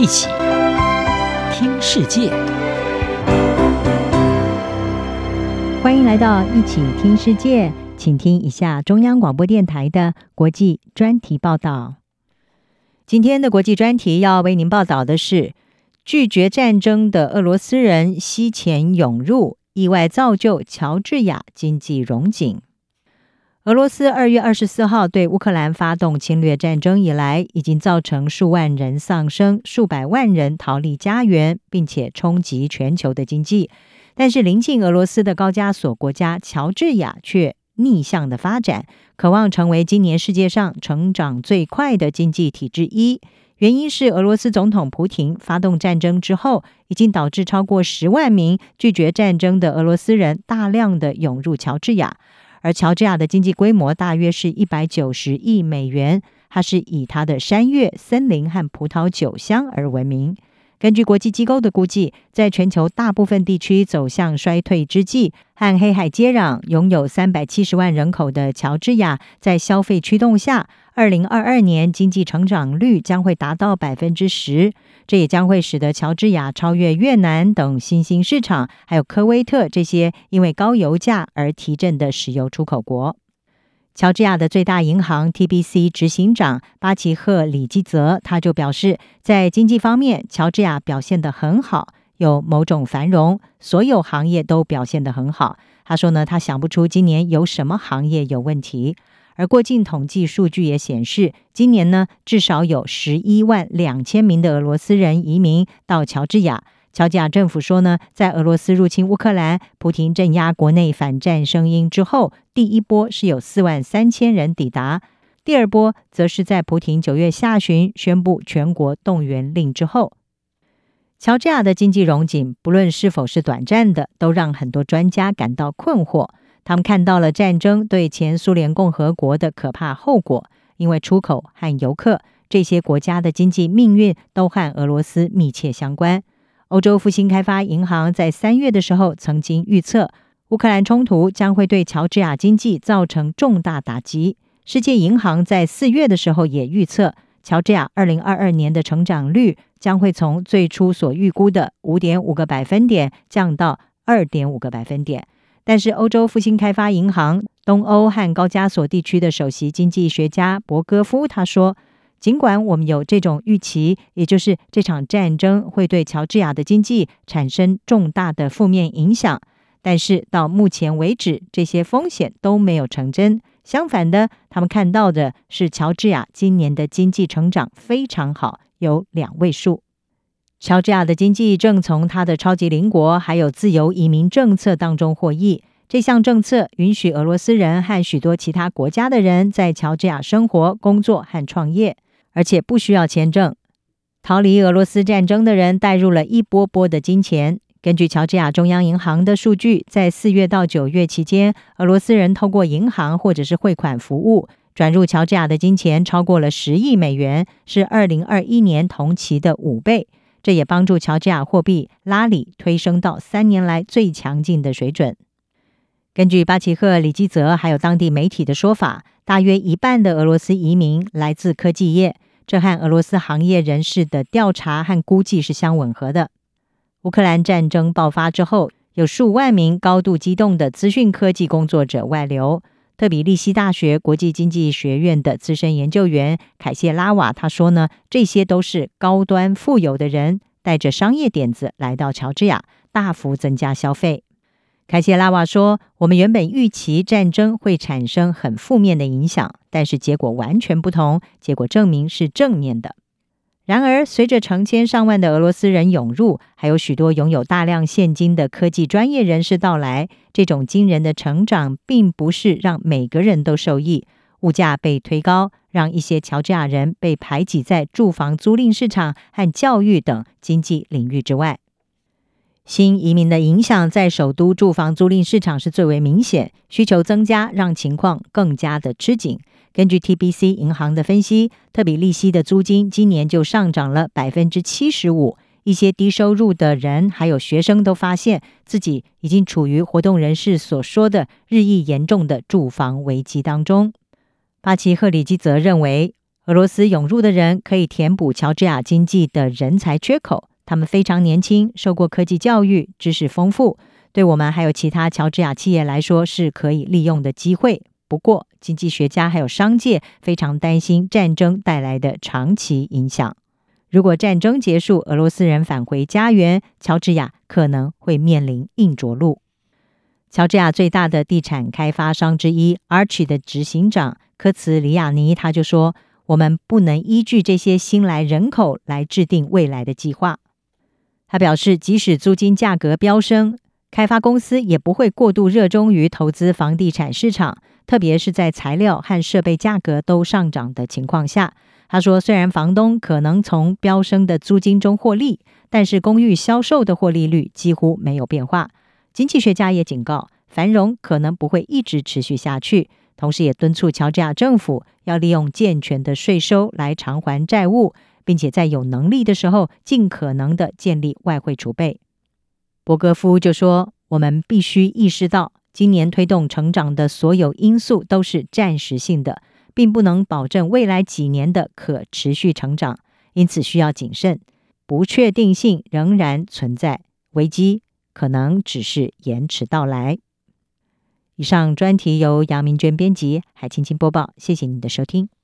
一起听世界。 欢迎来到一起听世界，请听一下中央广播电台的国际专题报道。今天的国际专题要为您报道的是，拒绝战争的俄罗斯人西前涌入，意外造就乔治亚经济荣景。俄罗斯2月24号对乌克兰发动侵略战争以来，已经造成数万人丧生，数百万人逃离家园，并且冲击全球的经济。但是临近俄罗斯的高加索国家乔治亚却逆向的发展，渴望成为今年世界上成长最快的经济体之一。原因是俄罗斯总统普廷发动战争之后，已经导致超过10万名拒绝战争的俄罗斯人大量的涌入乔治亚。而乔治亚的经济规模大约是190亿美元，它是以它的山岳、森林和葡萄酒乡而闻名。根据国际机构的估计，在全球大部分地区走向衰退之际，和黑海接壤、拥有370万人口的乔治亚，在消费驱动下，2022年经济成长率将会达到10%，这也将会使得乔治亚超越越南等新兴市场，还有科威特这些因为高油价而提振的石油出口国。乔治亚的最大银行 TBC 执行长巴奇赫里基泽他就表示，在经济方面，乔治亚表现得很好，有某种繁荣，所有行业都表现得很好。他说呢，他想不出今年有什么行业有问题。而过境统计数据也显示，今年呢，至少有11万2千名的俄罗斯人移民到乔治亚。乔治亚政府说呢，在俄罗斯入侵乌克兰，普廷镇压国内反战声音之后，第一波是有4万3千人抵达，第二波则是在普廷9月下旬宣布全国动员令之后。乔治亚的经济荣景，不论是否是短暂的，都让很多专家感到困惑。他们看到了战争对前苏联共和国的可怕后果，因为出口和游客这些国家的经济命运都和俄罗斯密切相关。欧洲复兴开发银行在3月的时候曾经预测，乌克兰冲突将会对乔治亚经济造成重大打击。世界银行在4月的时候也预测，乔治亚2022年的成长率将会从最初所预估的 5.5 个百分点降到 2.5 个百分点。但是欧洲复兴开发银行东欧和高加索地区的首席经济学家博戈夫他说，尽管我们有这种预期，也就是这场战争会对乔治亚的经济产生重大的负面影响，但是到目前为止，这些风险都没有成真。相反的，他们看到的是乔治亚今年的经济成长非常好，有2位数。乔治亚的经济正从它的超级邻国还有自由移民政策当中获益。这项政策允许俄罗斯人和许多其他国家的人在乔治亚生活、工作和创业，而且不需要签证。逃离俄罗斯战争的人带入了一波波的金钱。根据乔治亚中央银行的数据，在4月到9月期间，俄罗斯人透过银行或者是汇款服务转入乔治亚的金钱超过了10亿美元，是2021年同期的5倍。这也帮助乔治亚货币拉里推升到3年来最强劲的水准。根据巴奇赫里基泽还有当地媒体的说法，大约1半的俄罗斯移民来自科技业，这和俄罗斯行业人士的调查和估计是相吻合的。乌克兰战争爆发之后，有数万名高度机动的资讯科技工作者外流。特比利西大学国际经济学院的资深研究员凯谢拉瓦他说呢，这些都是高端富有的人带着商业点子来到乔治亚，大幅增加消费。凯谢拉瓦说，我们原本预期战争会产生很负面的影响，但是结果完全不同，结果证明是正面的。然而，随着成千上万的俄罗斯人涌入，还有许多拥有大量现金的科技专业人士到来，这种惊人的成长并不是让每个人都受益。物价被推高，让一些乔治亚人被排挤在住房租赁市场和教育等经济领域之外。新移民的影响在首都住房租赁市场是最为明显，需求增加让情况更加的吃紧。根据 TBC 银行的分析，特比利西的租金今年就上涨了 75%。一些低收入的人还有学生都发现自己已经处于活动人士所说的日益严重的住房危机当中。巴奇赫里基则认为， 俄罗斯涌入的人可以填补乔治亚经济的人才缺口，他们非常年轻，受过科技教育，知识丰富，对我们还有其他乔治亚企业来说是可以利用的机会。不过，经济学家还有商界非常担心战争带来的长期影响。如果战争结束，俄罗斯人返回家园，乔治亚可能会面临硬着陆。乔治亚最大的地产开发商之一 Archie 的执行长科茨里亚尼他就说，我们不能依据这些新来人口来制定未来的计划。他表示，即使租金价格飙升，开发公司也不会过度热衷于投资房地产市场，特别是在材料和设备价格都上涨的情况下。他说，虽然房东可能从飙升的租金中获利，但是公寓销售的获利率几乎没有变化。经济学家也警告，繁荣可能不会一直持续下去，同时也敦促乔治亚政府要利用健全的税收来偿还债务，并且在有能力的时候尽可能的建立外汇储备。伯格夫就说，我们必须意识到，今年推动成长的所有因素都是暂时性的，并不能保证未来几年的可持续成长，因此需要谨慎。不确定性仍然存在，危机可能只是延迟到来。以上专题由杨明娟编辑，海青青播报，谢谢您的收听。